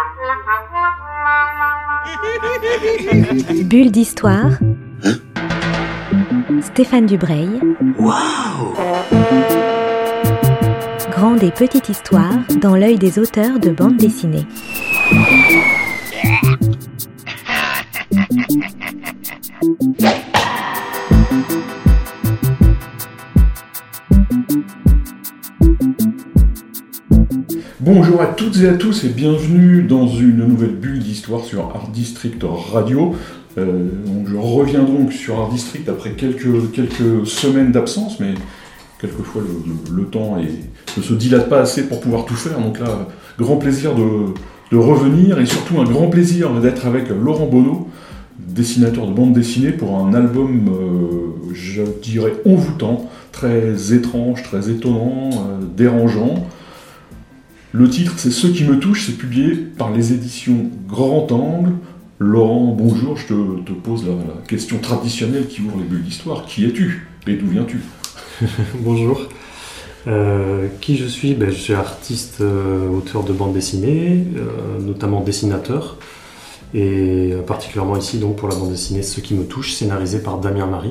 Bulle d'histoire. Stéphane Dubreuil. Waouh! Grande et petite histoire dans l'œil des auteurs de bande dessinée. Bonjour à toutes et à tous et bienvenue dans une nouvelle bulle d'histoire sur Art District Radio. Je reviens donc sur Art District après quelques semaines d'absence, mais quelquefois le temps ne se dilate pas assez pour pouvoir tout faire. Donc là, grand plaisir de revenir et surtout un grand plaisir d'être avec Laurent Bonneau, dessinateur de bande dessinée, pour un album, je dirais, envoûtant, très étrange, très étonnant, dérangeant. Le titre, c'est « Ceux qui me touchent », c'est publié par les éditions Grand Angle. Laurent, bonjour, je te pose la question traditionnelle qui ouvre les bulles d'histoire. Qui es-tu et d'où viens-tu? Bonjour. Qui je suis? Je suis artiste, auteur de bande dessinée, notamment dessinateur, et particulièrement ici donc pour la bande dessinée « Ceux qui me touchent », scénarisée par Damien Marie,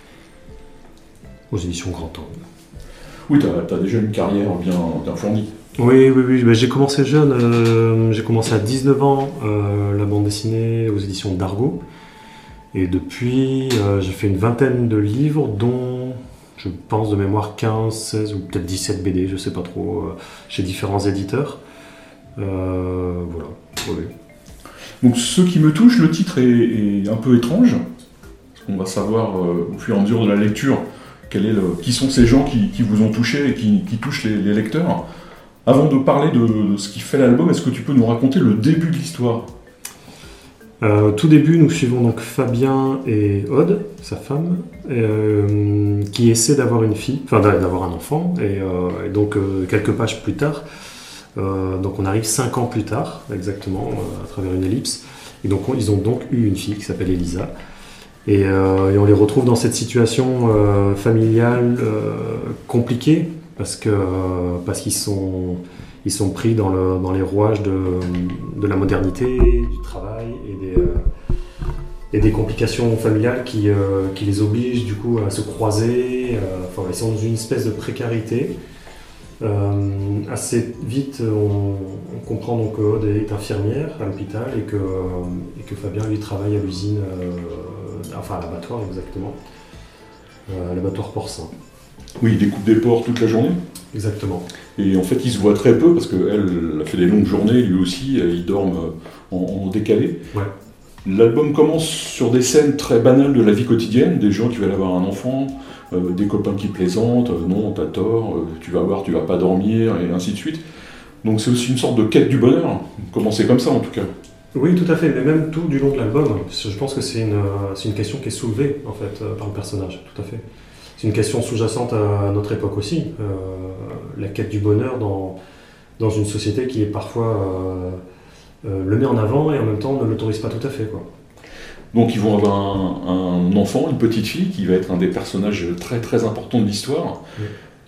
aux éditions Grand Angle. Oui, tu as déjà une carrière bien fournie. Oui, j'ai commencé jeune, j'ai commencé à 19 ans la bande dessinée aux éditions d'Argo, et depuis j'ai fait une vingtaine de livres, dont je pense de mémoire 15, 16 ou peut-être 17 BD, je sais pas trop, chez différents éditeurs. Voilà. Oui. Donc Ceux qui me touchent, le titre est un peu étrange, parce qu'on va savoir au fur et à mesure de la lecture qui sont ces gens qui vous ont touché et qui touchent les lecteurs. Avant de parler de ce qui fait l'album, est-ce que tu peux nous raconter le début de l'histoire? Tout début, nous suivons donc Fabien et Aude, sa femme, qui essaient d'avoir une fille, enfin d'avoir un enfant, et donc quelques pages plus tard, donc on arrive 5 ans plus tard, exactement, à travers une ellipse, et donc ils ont donc eu une fille qui s'appelle Elisa, et on les retrouve dans cette situation familiale compliquée, parce qu'ils sont pris dans les rouages de la modernité, du travail et des complications familiales qui les obligent du coup à se croiser. Ils sont dans une espèce de précarité. Assez vite, on comprend donc que Aude est infirmière à l'hôpital et que Fabien lui travaille à l'usine, à l'abattoir exactement, à l'abattoir porcin. Oui, il découpe des porcs toute la journée. Exactement. Et en fait, il se voit très peu parce qu'elle a fait des longues journées, lui aussi, ils dorment en décalé. Ouais. L'album commence sur des scènes très banales de la vie quotidienne, des gens qui veulent avoir un enfant, des copains qui plaisantent, non, t'as tort, tu vas voir, tu vas pas dormir, et ainsi de suite. Donc c'est aussi une sorte de quête du bonheur, commencer comme ça en tout cas. Oui, tout à fait, mais même tout du long de l'album, parce que je pense que c'est une question qui est soulevée en fait par le personnage, tout à fait. C'est une question sous-jacente à notre époque aussi, la quête du bonheur dans une société qui est parfois le met en avant et en même temps ne l'autorise pas tout à fait, quoi. Donc ils vont avoir un enfant, une petite fille, qui va être un des personnages très très importants de l'histoire. Oui.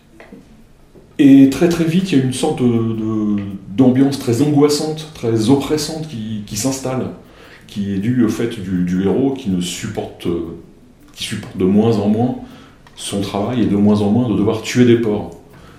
Et très très vite, il y a une sorte d'ambiance très angoissante, très oppressante qui s'installe, qui est due au fait du héros qui supporte de moins en moins son travail et de moins en moins de devoir tuer des porcs.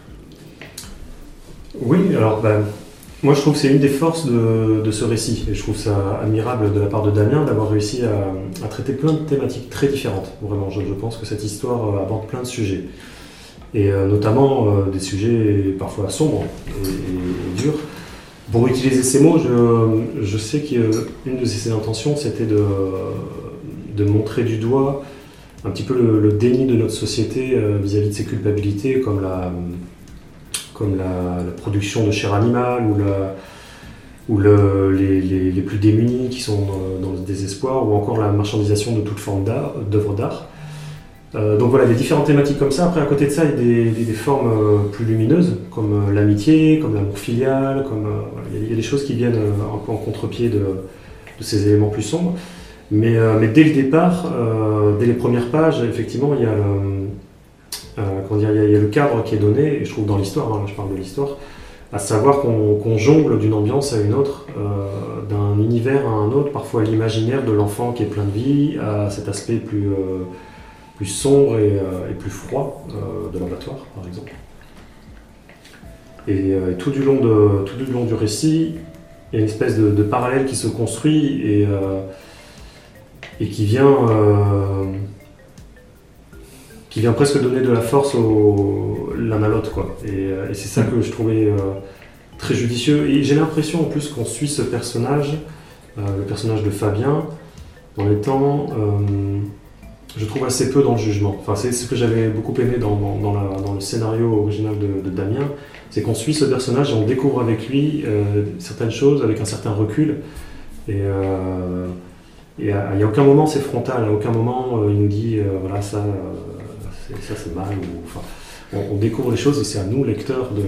Oui, alors moi je trouve que c'est une des forces de ce récit, et je trouve ça admirable de la part de Damien d'avoir réussi à traiter plein de thématiques très différentes. Vraiment, je pense que cette histoire aborde plein de sujets, et notamment des sujets parfois sombres et durs. Pour utiliser ces mots, je sais qu'une de ses intentions c'était de montrer du doigt un petit peu le déni de notre société vis-à-vis de ses culpabilités, comme la production de chair animale ou les plus démunis qui sont dans le désespoir, ou encore la marchandisation de toute forme d'œuvres d'art. Donc voilà, des différentes thématiques comme ça. Après, à côté de ça, il y a des formes plus lumineuses, comme l'amitié, comme l'amour filial, il y a des choses qui viennent un peu en contre-pied de ces éléments plus sombres. Mais dès le départ, dès les premières pages, effectivement, il y a le cadre qui est donné, et je trouve dans l'histoire, je parle de l'histoire, à savoir qu'on jongle d'une ambiance à une autre, d'un univers à un autre, parfois l'imaginaire de l'enfant qui est plein de vie, à cet aspect plus sombre et plus froid de l'abattoir, par exemple. Et tout du long du récit, il y a une espèce de parallèle qui se construit et qui vient presque donner de la force l'un à l'autre, quoi. Et c'est ça que je trouvais très judicieux. Et j'ai l'impression en plus qu'on suit ce personnage, le personnage de Fabien, en étant, je trouve, assez peu dans le jugement. Enfin, c'est ce que j'avais beaucoup aimé dans le scénario original de Damien, c'est qu'on suit ce personnage et on découvre avec lui certaines choses avec un certain recul. Et il n'y a aucun moment c'est frontal, à aucun moment il nous dit voilà ça c'est mal. Enfin, on découvre les choses et c'est à nous, lecteurs, de...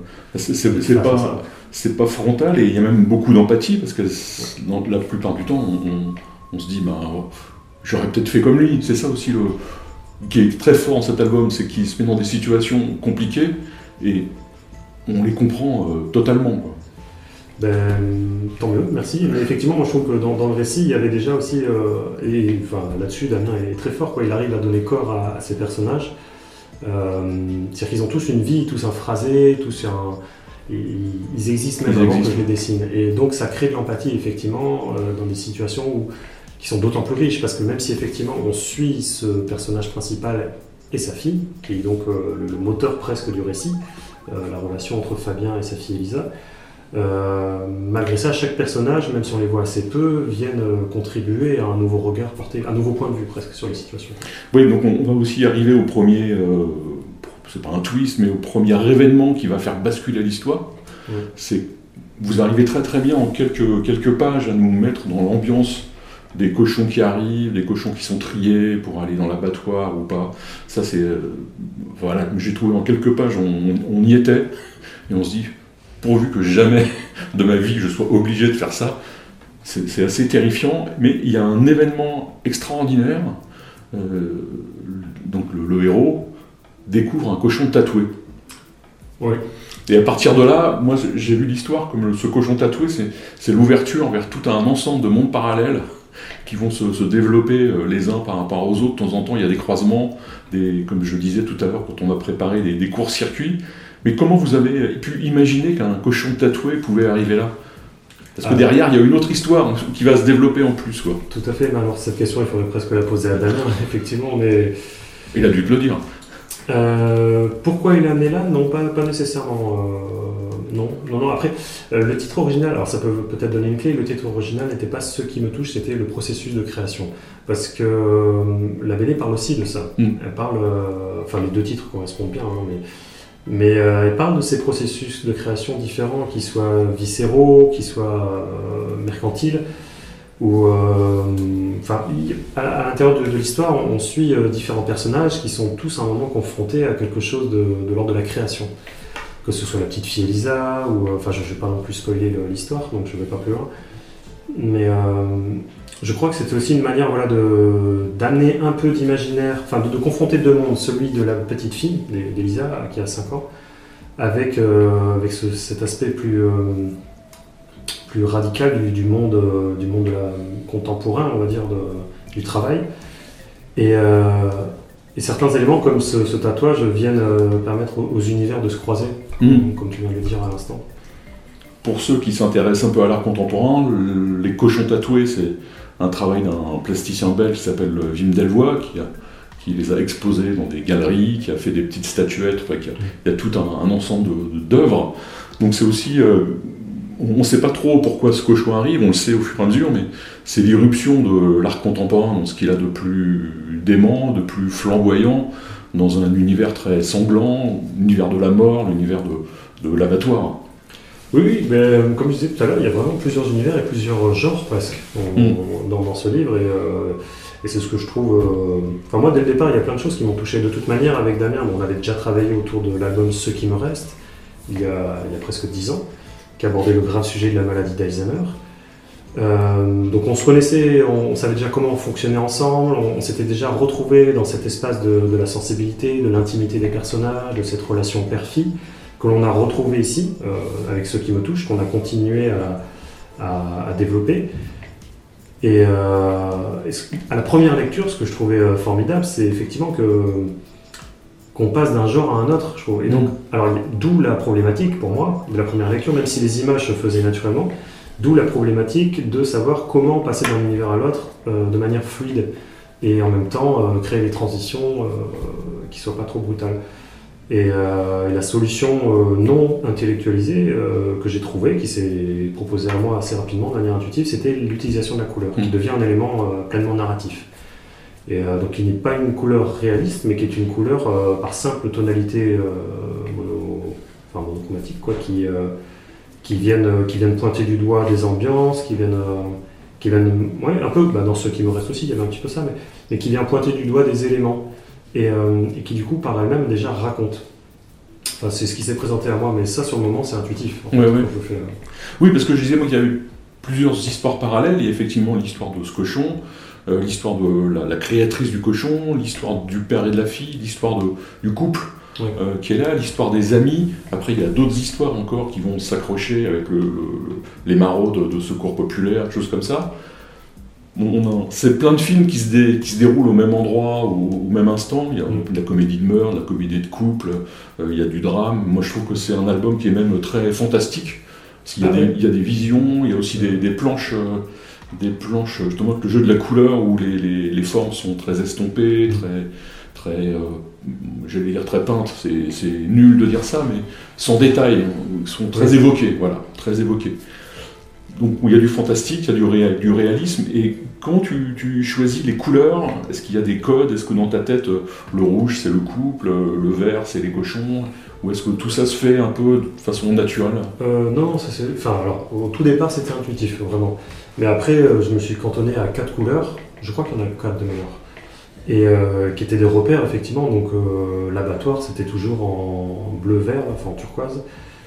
C'est pas frontal et il y a même beaucoup d'empathie parce que dans la plupart du temps on se dit j'aurais peut-être fait comme lui. C'est ça aussi qui est très fort dans cet album, c'est qu'il se met dans des situations compliquées et on les comprend totalement, quoi. Tant mieux, merci. Mais effectivement, moi je trouve que dans le récit, il y avait déjà aussi, là-dessus, Damien est très fort, quoi. Il arrive à donner corps à ces personnages. C'est-à-dire qu'ils ont tous une vie, tous un phrasé, ils existent même avant que je les dessine. Et donc ça crée de l'empathie, effectivement, dans des situations qui sont d'autant plus riches, parce que même si effectivement on suit ce personnage principal et sa fille, qui est donc le moteur presque du récit, la relation entre Fabien et sa fille Elisa, malgré ça, chaque personnage, même si on les voit assez peu, viennent contribuer à un nouveau regard porté, un nouveau point de vue presque sur les situations. Oui, donc on va aussi arriver au premier, c'est pas un twist, mais au premier événement qui va faire basculer l'histoire. C'est, vous arrivez très très bien en quelques pages à nous mettre dans l'ambiance des cochons qui arrivent, des cochons qui sont triés pour aller dans l'abattoir ou pas. Ça c'est, voilà, j'ai trouvé en quelques pages, on y était, et on se dit, pourvu que jamais de ma vie je sois obligé de faire ça. C'est assez terrifiant, mais il y a un événement extraordinaire. Donc le héros découvre un cochon tatoué. Oui. Et à partir de là, moi j'ai vu l'histoire comme ce cochon tatoué, c'est l'ouverture vers tout un ensemble de mondes parallèles qui vont se développer les uns par rapport aux autres. De temps en temps, il y a des croisements, comme je disais tout à l'heure quand on a préparé des courts-circuits. Mais comment vous avez pu imaginer qu'un cochon tatoué pouvait arriver là ? Parce que derrière, il y a une autre histoire qui va se développer en plus, quoi. Tout à fait. Mais alors, cette question, il faudrait presque la poser à Damien, effectivement. Mais... Il a dû te le dire. Pourquoi il est amené là ? Non, pas nécessairement. Non. Après, le titre original, alors ça peut peut-être donner une clé, le titre original n'était pas ce qui me touche, c'était le processus de création. Parce que la BD parle aussi de ça. Elle parle... les deux titres correspondent bien, hein, mais elle parle de ces processus de création différents, qui soient viscéraux, qui soient mercantiles, ou à l'intérieur de l'histoire, on suit différents personnages qui sont tous à un moment confrontés à quelque chose de l'ordre de la création. Que ce soit la petite fille Elisa, ou je ne vais pas non plus spoiler l'histoire, donc je ne vais pas plus loin. Mais je crois que c'était aussi une manière d'amener un peu d'imaginaire, de confronter deux mondes, celui de la petite fille, d'Elisa, qui a 5 ans, avec cet aspect plus radical du monde contemporain, on va dire, du travail. Et certains éléments comme ce tatouage viennent permettre aux univers de se croiser, comme tu viens de le dire à l'instant. Pour ceux qui s'intéressent un peu à l'art contemporain, les cochons tatoués, c'est un travail d'un plasticien belge qui s'appelle Wim Delvoye, qui les a exposés dans des galeries, qui a fait des petites statuettes, il y a tout un ensemble d'œuvres. Donc c'est aussi... on ne sait pas trop pourquoi ce cochon arrive, on le sait au fur et à mesure, mais c'est l'irruption de l'art contemporain dans ce qu'il a de plus dément, de plus flamboyant, dans un univers très sanglant, l'univers de la mort, l'univers de l'abattoir. Oui, mais comme je disais tout à l'heure, il y a vraiment plusieurs univers et plusieurs genres presque dans ce livre, et c'est ce que je trouve... moi, dès le départ, il y a plein de choses qui m'ont touché. De toute manière, avec Damien, on avait déjà travaillé autour de l'album « Ce qui me reste », il y a presque 10 ans, qui abordait le grave sujet de la maladie d'Alzheimer. Donc on se connaissait, on savait déjà comment on fonctionnait ensemble, on s'était déjà retrouvés dans cet espace de la sensibilité, de l'intimité des personnages, de cette relation père-fille que l'on a retrouvé ici, avec Ce qui me touche, qu'on a continué à développer. Et à la première lecture, ce que je trouvais formidable, c'est effectivement qu'on passe d'un genre à un autre, je trouve. Et donc, alors, d'où la problématique, pour moi, de la première lecture, même si les images se faisaient naturellement, d'où la problématique de savoir comment passer d'un univers à l'autre de manière fluide, et en même temps créer des transitions qui ne soient pas trop brutales. Et la solution non intellectualisée que j'ai trouvée, qui s'est proposée à moi assez rapidement, de manière intuitive, c'était l'utilisation de la couleur, qui devient un élément pleinement narratif. Et donc qui n'est pas une couleur réaliste, mais qui est une couleur par simple tonalité monochromatique, quoi, qui viennent pointer du doigt des ambiances, qui viennent un peu, dans Ce qui me reste aussi, il y avait un petit peu ça, mais qui vient pointer du doigt des éléments. Et qui du coup par elle-même déjà raconte. Enfin, c'est ce qui s'est présenté à moi, mais ça sur le moment c'est intuitif. En fait, Oui, parce que je disais moi qu'il y avait plusieurs histoires parallèles. Il y a effectivement l'histoire de ce cochon, l'histoire de la créatrice du cochon, l'histoire du père et de la fille, l'histoire du couple qui est là, l'histoire des amis. Après il y a d'autres histoires encore qui vont s'accrocher avec les maraudes de secours populaire, des choses comme ça. C'est plein de films qui se déroulent au même endroit, au même instant. Il y a de la comédie de meurtre, de la comédie de couple, il y a du drame. Moi je trouve que c'est un album qui est même très fantastique. Parce qu'il y a des visions, il y a aussi des planches, justement avec le jeu de la couleur où les formes sont très estompées, très j'allais dire très peintes, c'est nul de dire ça, mais sans détail, ils sont très évoqués, voilà, très évoqués. Donc il y a du fantastique, il y a du réalisme, et comment tu choisis les couleurs? Est-ce qu'il y a des codes? Est-ce que dans ta tête, le rouge c'est le couple, le vert c'est les cochons? Ou est-ce que tout ça se fait un peu de façon naturelle? Non, alors au tout départ c'était intuitif, vraiment. Mais après je me suis cantonné à 4 couleurs, je crois qu'il y en a 4 de mémoire. Et qui étaient des repères effectivement, donc l'abattoir c'était toujours en bleu-vert, enfin en turquoise.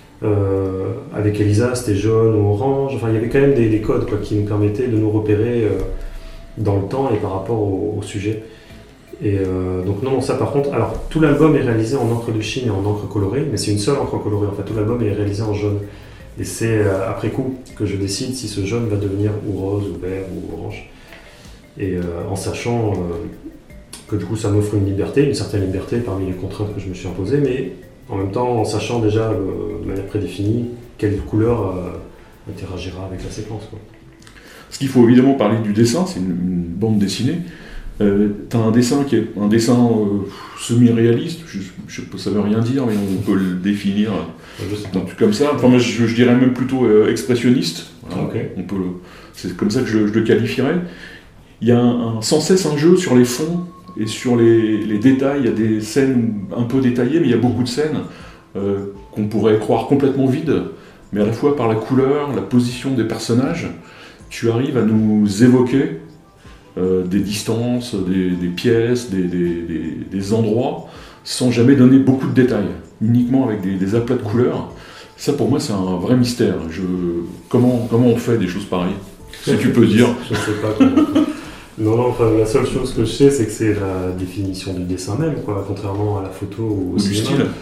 Avec Elisa, c'était jaune ou orange. Enfin, il y avait quand même des codes qui nous permettaient de nous repérer dans le temps et par rapport au sujet. Et donc non, ça par contre, alors tout l'album est réalisé en encre de Chine et en encre colorée, mais c'est une seule encre colorée. En fait, tout l'album est réalisé en jaune. Et c'est après coup que je décide si ce jaune va devenir ou rose, ou vert, ou orange. Et en sachant que du coup ça m'offre une certaine liberté parmi les contraintes que je me suis imposées, mais en même temps en sachant déjà de manière prédéfinie quelle couleur interagira avec la séquence. Parce qu'il faut évidemment parler du dessin, c'est une bande dessinée. T'as un dessin qui est un dessin semi-réaliste, ça veut rien dire, mais on peut le définir un truc comme ça. Enfin, moi, je dirais même plutôt expressionniste. Voilà. Okay. C'est comme ça que je le qualifierais. Il y a sans cesse un jeu sur les fonds et sur les détails. Il y a des scènes un peu détaillées, mais il y a beaucoup de scènes qu'on pourrait croire complètement vides, mais à la fois par la couleur, la position des personnages, tu arrives à nous évoquer des distances, des pièces, des endroits, sans jamais donner beaucoup de détails, uniquement avec des aplats de couleurs. Ça, pour moi, c'est un vrai mystère. Comment on fait des choses pareilles, si tu peux dire. Je ne sais pas comment. Non, enfin, la seule chose que je sais, c'est que c'est la définition du dessin même, contrairement à la photo ou au du cinéma. style.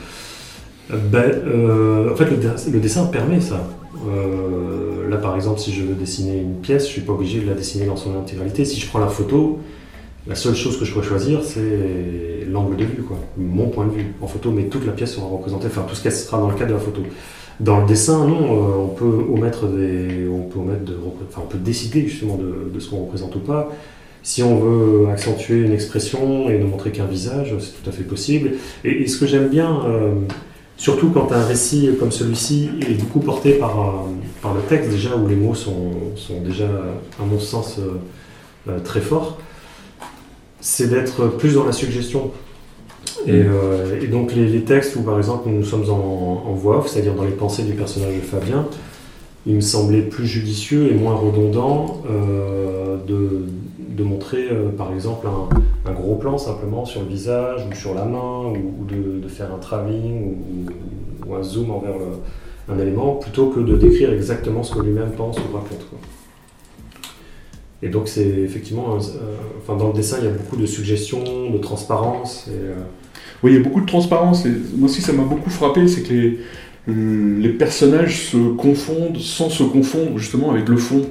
En fait, le dessin permet ça. Là, par exemple, si je veux dessiner une pièce, je ne suis pas obligé de la dessiner dans son intégralité. Si je prends la photo, la seule chose que je pourrais choisir, c'est l'angle de vue, mon point de vue en photo, mais toute la pièce sera représentée, enfin tout ce qui sera dans le cadre de la photo. Dans le dessin, non, on peut on peut décider justement de ce qu'on représente ou pas. Si on veut accentuer une expression et ne montrer qu'un visage, c'est tout à fait possible. Et ce que j'aime bien, surtout quand un récit comme celui-ci est beaucoup porté par le texte, déjà, où les mots sont déjà, à mon sens, très forts, c'est d'être plus dans la suggestion. Et donc les textes où, par exemple, nous sommes en voix off, c'est-à-dire dans les pensées du personnage de Fabien, il me semblait plus judicieux et moins redondant de montrer, par exemple, un gros plan simplement sur le visage ou sur la main, ou de faire un travelling ou un zoom envers un élément, plutôt que de décrire exactement ce que lui-même pense ou raconte. Et donc c'est effectivement, dans le dessin, il y a beaucoup de suggestions, de transparence. Oui, il y a beaucoup de transparence. Et moi aussi, ça m'a beaucoup frappé, c'est que les personnages se confondent sans se confondre justement avec le fond.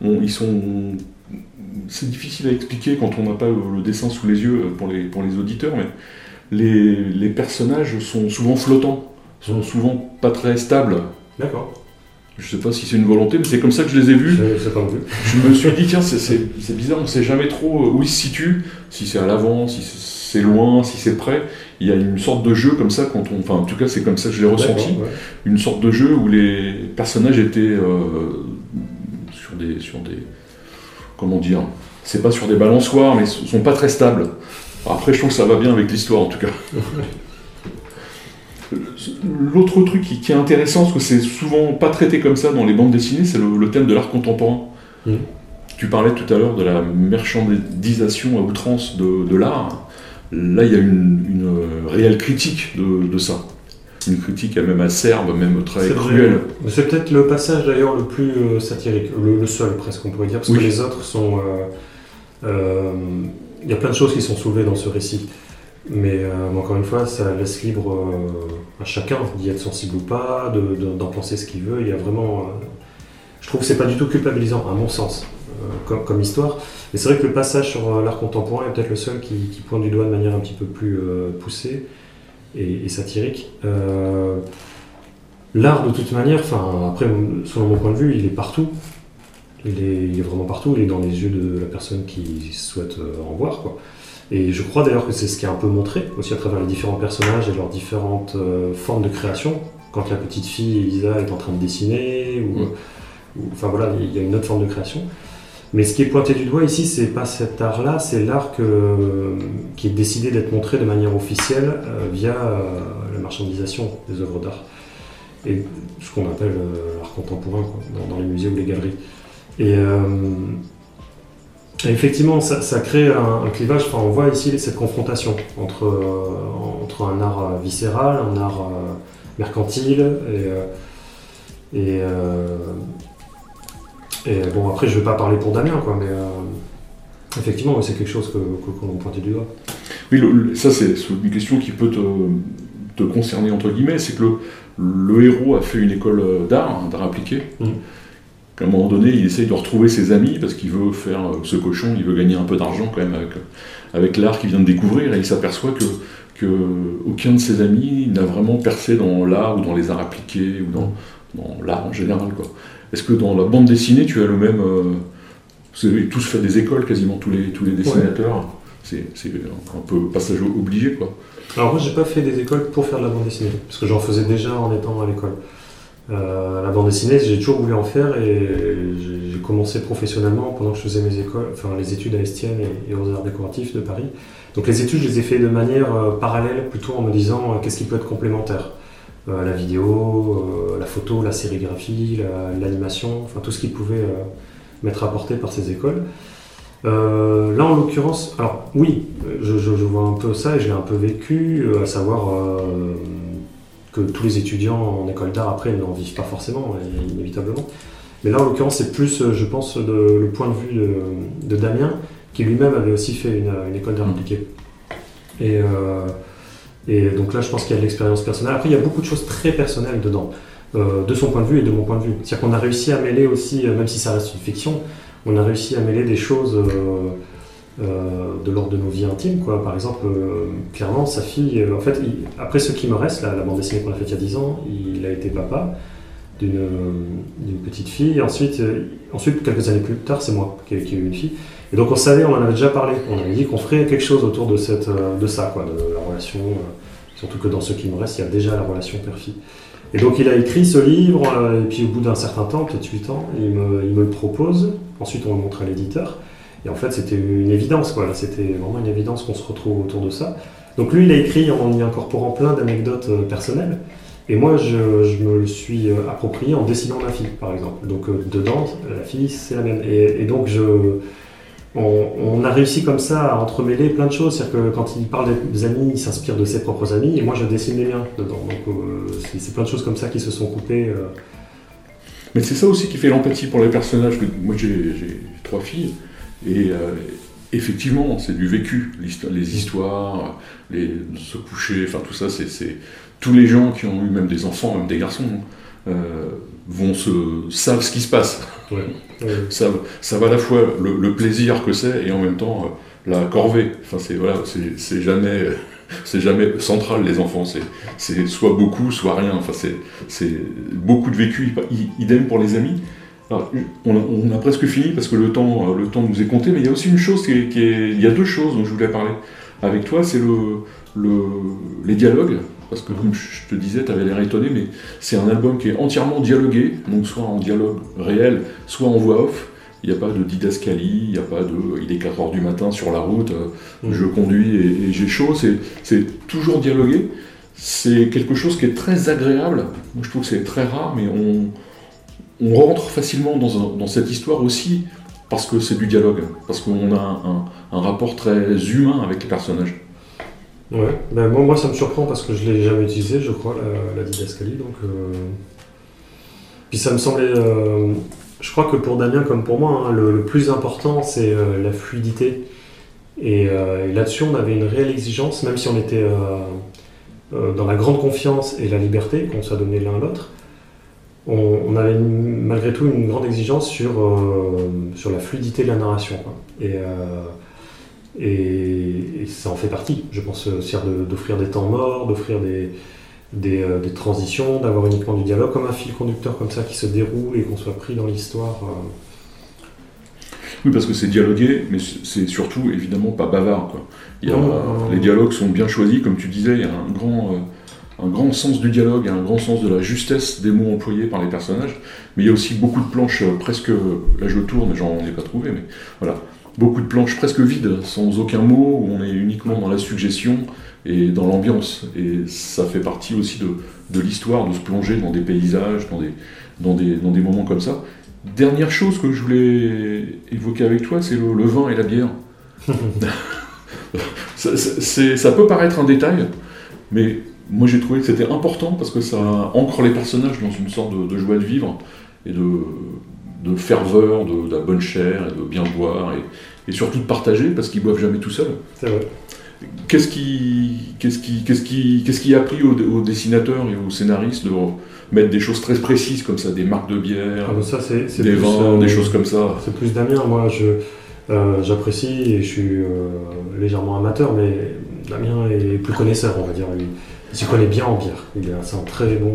C'est difficile à expliquer quand on n'a pas le dessin sous les yeux pour les auditeurs, mais les personnages sont souvent flottants, sont souvent pas très stables. D'accord. Je sais pas si c'est une volonté, mais c'est comme ça que je les ai vus. Je me suis dit, tiens, c'est bizarre, on sait jamais trop où ils se situent, si c'est à l'avant, si c'est loin, si c'est près. Il y a une sorte de jeu comme ça, enfin en tout cas c'est comme ça que je l'ai ressenti, ouais. Une sorte de jeu où les personnages étaient sur des comment dire, c'est pas sur des balançoires, mais sont pas très stables. Après je trouve que ça va bien avec l'histoire en tout cas. L'autre truc qui est intéressant, parce que c'est souvent pas traité comme ça dans les bandes dessinées, c'est le thème de l'art contemporain. Tu parlais tout à l'heure de la marchandisation à outrance de l'art. Là, il y a une réelle critique de ça. Une critique même acerbe, même très cruelle. C'est peut-être le passage d'ailleurs le plus satirique, le seul presque on pourrait dire, parce que les autres sont... il y a plein de choses qui sont soulevées dans ce récit. Mais encore une fois, ça laisse libre à chacun d'y être sensible ou pas, d'en penser ce qu'il veut. Il y a vraiment... je trouve que c'est pas du tout culpabilisant, à mon sens, comme histoire. Mais c'est vrai que le passage sur l'art contemporain est peut-être le seul qui pointe du doigt de manière un petit peu plus poussée et satirique. L'art, de toute manière, après, selon mon point de vue, il est partout. Il est vraiment partout. Il est dans les yeux de la personne qui souhaite en voir, quoi. Et je crois d'ailleurs que c'est ce qui est un peu montré aussi à travers les différents personnages et leurs différentes formes de création. Quand la petite fille Elisa est en train de dessiner, enfin voilà, il y a une autre forme de création. Mais ce qui est pointé du doigt ici, c'est pas cet art-là, c'est l'art qui est décidé d'être montré de manière officielle via la marchandisation des œuvres d'art. Et ce qu'on appelle l'art contemporain, quoi, dans les musées ou les galeries. Et effectivement, ça crée un clivage. Enfin, on voit ici cette confrontation entre un art viscéral, un art mercantile, et bon, après, je ne vais pas parler pour Damien, quoi, mais effectivement, c'est quelque chose qu'on a pointé du doigt. Oui, ça, c'est une question qui peut te concerner, entre guillemets, c'est que le héros a fait une école d'art appliqué. À un moment donné, il essaye de retrouver ses amis parce qu'il veut faire ce cochon, il veut gagner un peu d'argent quand même avec l'art qu'il vient de découvrir, et il s'aperçoit que aucun de ses amis n'a vraiment percé dans l'art ou dans les arts appliqués ou dans l'art en général, quoi. Est-ce que dans la bande dessinée, tu as le même... vous avez tous fait des écoles, quasiment tous les dessinateurs. Ouais. C'est un peu passage obligé, quoi. Alors moi, j'ai pas fait des écoles pour faire de la bande dessinée, parce que j'en faisais déjà en étant à l'école. La bande dessinée, j'ai toujours voulu en faire, et j'ai commencé professionnellement pendant que je faisais les études à Estienne et aux Arts décoratifs de Paris. Donc les études, je les ai fait de manière parallèle, plutôt en me disant qu'est-ce qui peut être complémentaire. La vidéo, la photo, la sérigraphie, l'animation, enfin tout ce qui pouvait m'être apporté par ces écoles. Là en l'occurrence, alors oui, je vois un peu ça et je l'ai un peu vécu, à savoir que tous les étudiants en école d'art après n'en vivent pas forcément, inévitablement. Mais là en l'occurrence c'est plus, je pense, le point de vue de Damien, qui lui-même avait aussi fait une école d'art appliqué. Et donc là, je pense qu'il y a de l'expérience personnelle. Après, il y a beaucoup de choses très personnelles dedans, de son point de vue et de mon point de vue. C'est-à-dire qu'on a réussi à mêler aussi, même si ça reste une fiction, on a réussi à mêler des choses de l'ordre de nos vies intimes, quoi. Par exemple, clairement, sa fille... en fait, après Ce qui me reste, la bande dessinée qu'on a faite il y a 10 ans, il a été papa d'une petite fille. Et ensuite, quelques années plus tard, c'est moi qui ai eu une fille. Et donc on savait, on en avait déjà parlé, on avait dit qu'on ferait quelque chose autour de ça, quoi, de la relation, surtout que dans Ce qui me reste, il y a déjà la relation père-fille. Et donc il a écrit ce livre, et puis au bout d'un certain temps, peut-être 8 ans, il me le propose, ensuite on le montre à l'éditeur, et en fait c'était une évidence, quoi. C'était vraiment une évidence qu'on se retrouve autour de ça. Donc lui il a écrit en y incorporant plein d'anecdotes personnelles, et moi je me le suis approprié en dessinant ma fille, par exemple. Donc dedans, la fille c'est la mienne, et donc on a réussi comme ça à entremêler plein de choses, c'est-à-dire que quand il parle des amis, il s'inspire de ses propres amis, et moi je dessine les miens dedans. Donc c'est plein de choses comme ça qui se sont coupées. Mais c'est ça aussi qui fait l'empathie pour les personnages. Moi j'ai 3 filles, et effectivement, c'est du vécu, les histoires, se coucher, enfin tout ça, c'est tous les gens qui ont eu même des enfants, même des garçons, savent ce qui se passe. Ouais. Ça va à la fois le plaisir que c'est et en même temps la corvée. Enfin, c'est jamais central, les enfants. C'est soit beaucoup, soit rien. Enfin, c'est beaucoup de vécu. Idem pour les amis. Alors, on a presque fini parce que le temps nous est compté, mais il y a aussi une chose il y a deux choses dont je voulais parler avec toi, c'est les dialogues. Parce que comme je te disais, tu avais l'air étonné, mais c'est un album qui est entièrement dialogué, donc soit en dialogue réel, soit en voix off. Il n'y a pas de didascalie, il n'y a pas de « il est 4h du matin sur la route, je conduis et j'ai chaud », c'est toujours dialogué. C'est quelque chose qui est très agréable. Moi je trouve que c'est très rare, mais on rentre facilement dans cette histoire aussi parce que c'est du dialogue, parce qu'on a un rapport très humain avec les personnages. Ouais, ben moi ça me surprend parce que je ne l'ai jamais utilisé, je crois, la didascalie. Donc, puis ça me semblait... Je crois que pour Damien comme pour moi, le plus important c'est la fluidité. Et là-dessus on avait une réelle exigence, même si on était dans la grande confiance et la liberté qu'on s'est donné l'un à l'autre. On avait malgré tout une grande exigence sur la fluidité de la narration, quoi. Et ça en fait partie, je pense, aussi d'offrir des temps morts, d'offrir des transitions, d'avoir uniquement du dialogue, comme un fil conducteur comme ça qui se déroule et qu'on soit pris dans l'histoire. Oui, parce que c'est dialogué, mais c'est surtout évidemment pas bavard, quoi. Les dialogues sont bien choisis, comme tu disais, il y a un grand sens du dialogue, un grand sens de la justesse des mots employés par les personnages, mais il y a aussi beaucoup de planches presque, là je tourne, j'en ai pas trouvé, mais voilà, beaucoup de planches presque vides, sans aucun mot, où on est uniquement dans la suggestion et dans l'ambiance. Et ça fait partie aussi de l'histoire, de se plonger dans des paysages, dans des moments comme ça. Dernière chose que je voulais évoquer avec toi, c'est le vin et la bière. Ça peut paraître un détail, mais moi j'ai trouvé que c'était important parce que ça ancre les personnages dans une sorte de joie de vivre et de ferveur, de la bonne chair, et de bien boire, et surtout de partager, parce qu'ils boivent jamais tout seuls. C'est vrai. Qu'est-ce qui a pris aux dessinateurs et aux scénaristes de mettre des choses très précises comme ça, des marques de bière, ça, c'est des plus, vins, des choses comme ça? C'est plus Damien. Moi, j'apprécie et je suis légèrement amateur, mais Damien est plus connaisseur, on va dire. Il s'y connaît bien en bière. C'est un très bon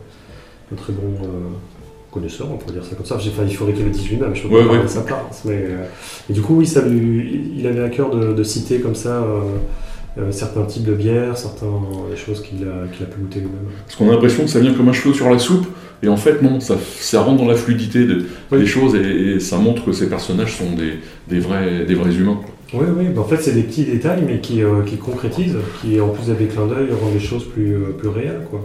connaisseur, on pourrait dire ça comme ça. J'ai failli fabriquer le 18 même, je peux pas parler de sa place. Mais du coup, oui, il avait à cœur de citer comme ça certains types de bières, des choses qu'il a pu goûter lui-même. Parce qu'on a l'impression que ça vient comme un cheveu sur la soupe, et en fait non, ça rentre dans la fluidité des choses, et ça montre que ces personnages sont des vrais humains. Oui, en fait c'est des petits détails, mais qui concrétisent, qui en plus des clins d'œil rendent les choses plus réelles, quoi.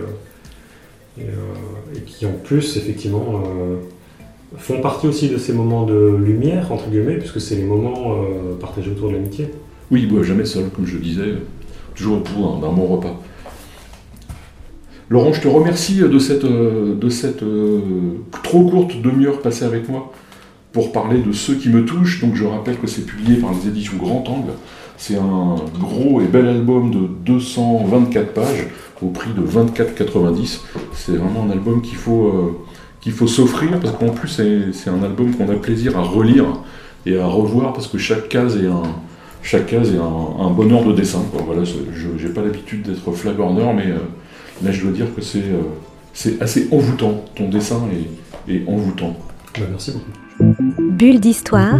Et qui en plus effectivement font partie aussi de ces moments de lumière entre guillemets, puisque c'est les moments partagés autour de l'amitié. Oui, ils boivent jamais seuls, comme je disais, toujours autour d'un bon repas. Laurent, je te remercie de cette trop courte demi-heure passée avec moi pour parler de Ceux qui me touchent. Donc je rappelle que c'est publié par les éditions Grand Angle. C'est un gros et bel album de 224 pages au prix de 24,90. C'est vraiment un album qu'il faut s'offrir, parce qu'en plus c'est un album qu'on a plaisir à relire et à revoir, parce que chaque case est un bonheur de dessin, quoi. Voilà, j'ai pas l'habitude d'être flagorneur, mais là je dois dire que c'est assez envoûtant. Ton dessin est envoûtant. Merci beaucoup. Bulle d'histoire.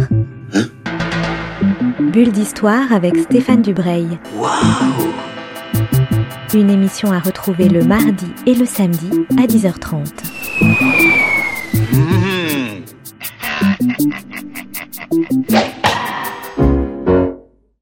Bulle d'histoire avec Stéphane Dubreuil. Waouh! Une émission à retrouver le mardi et le samedi à 10h30.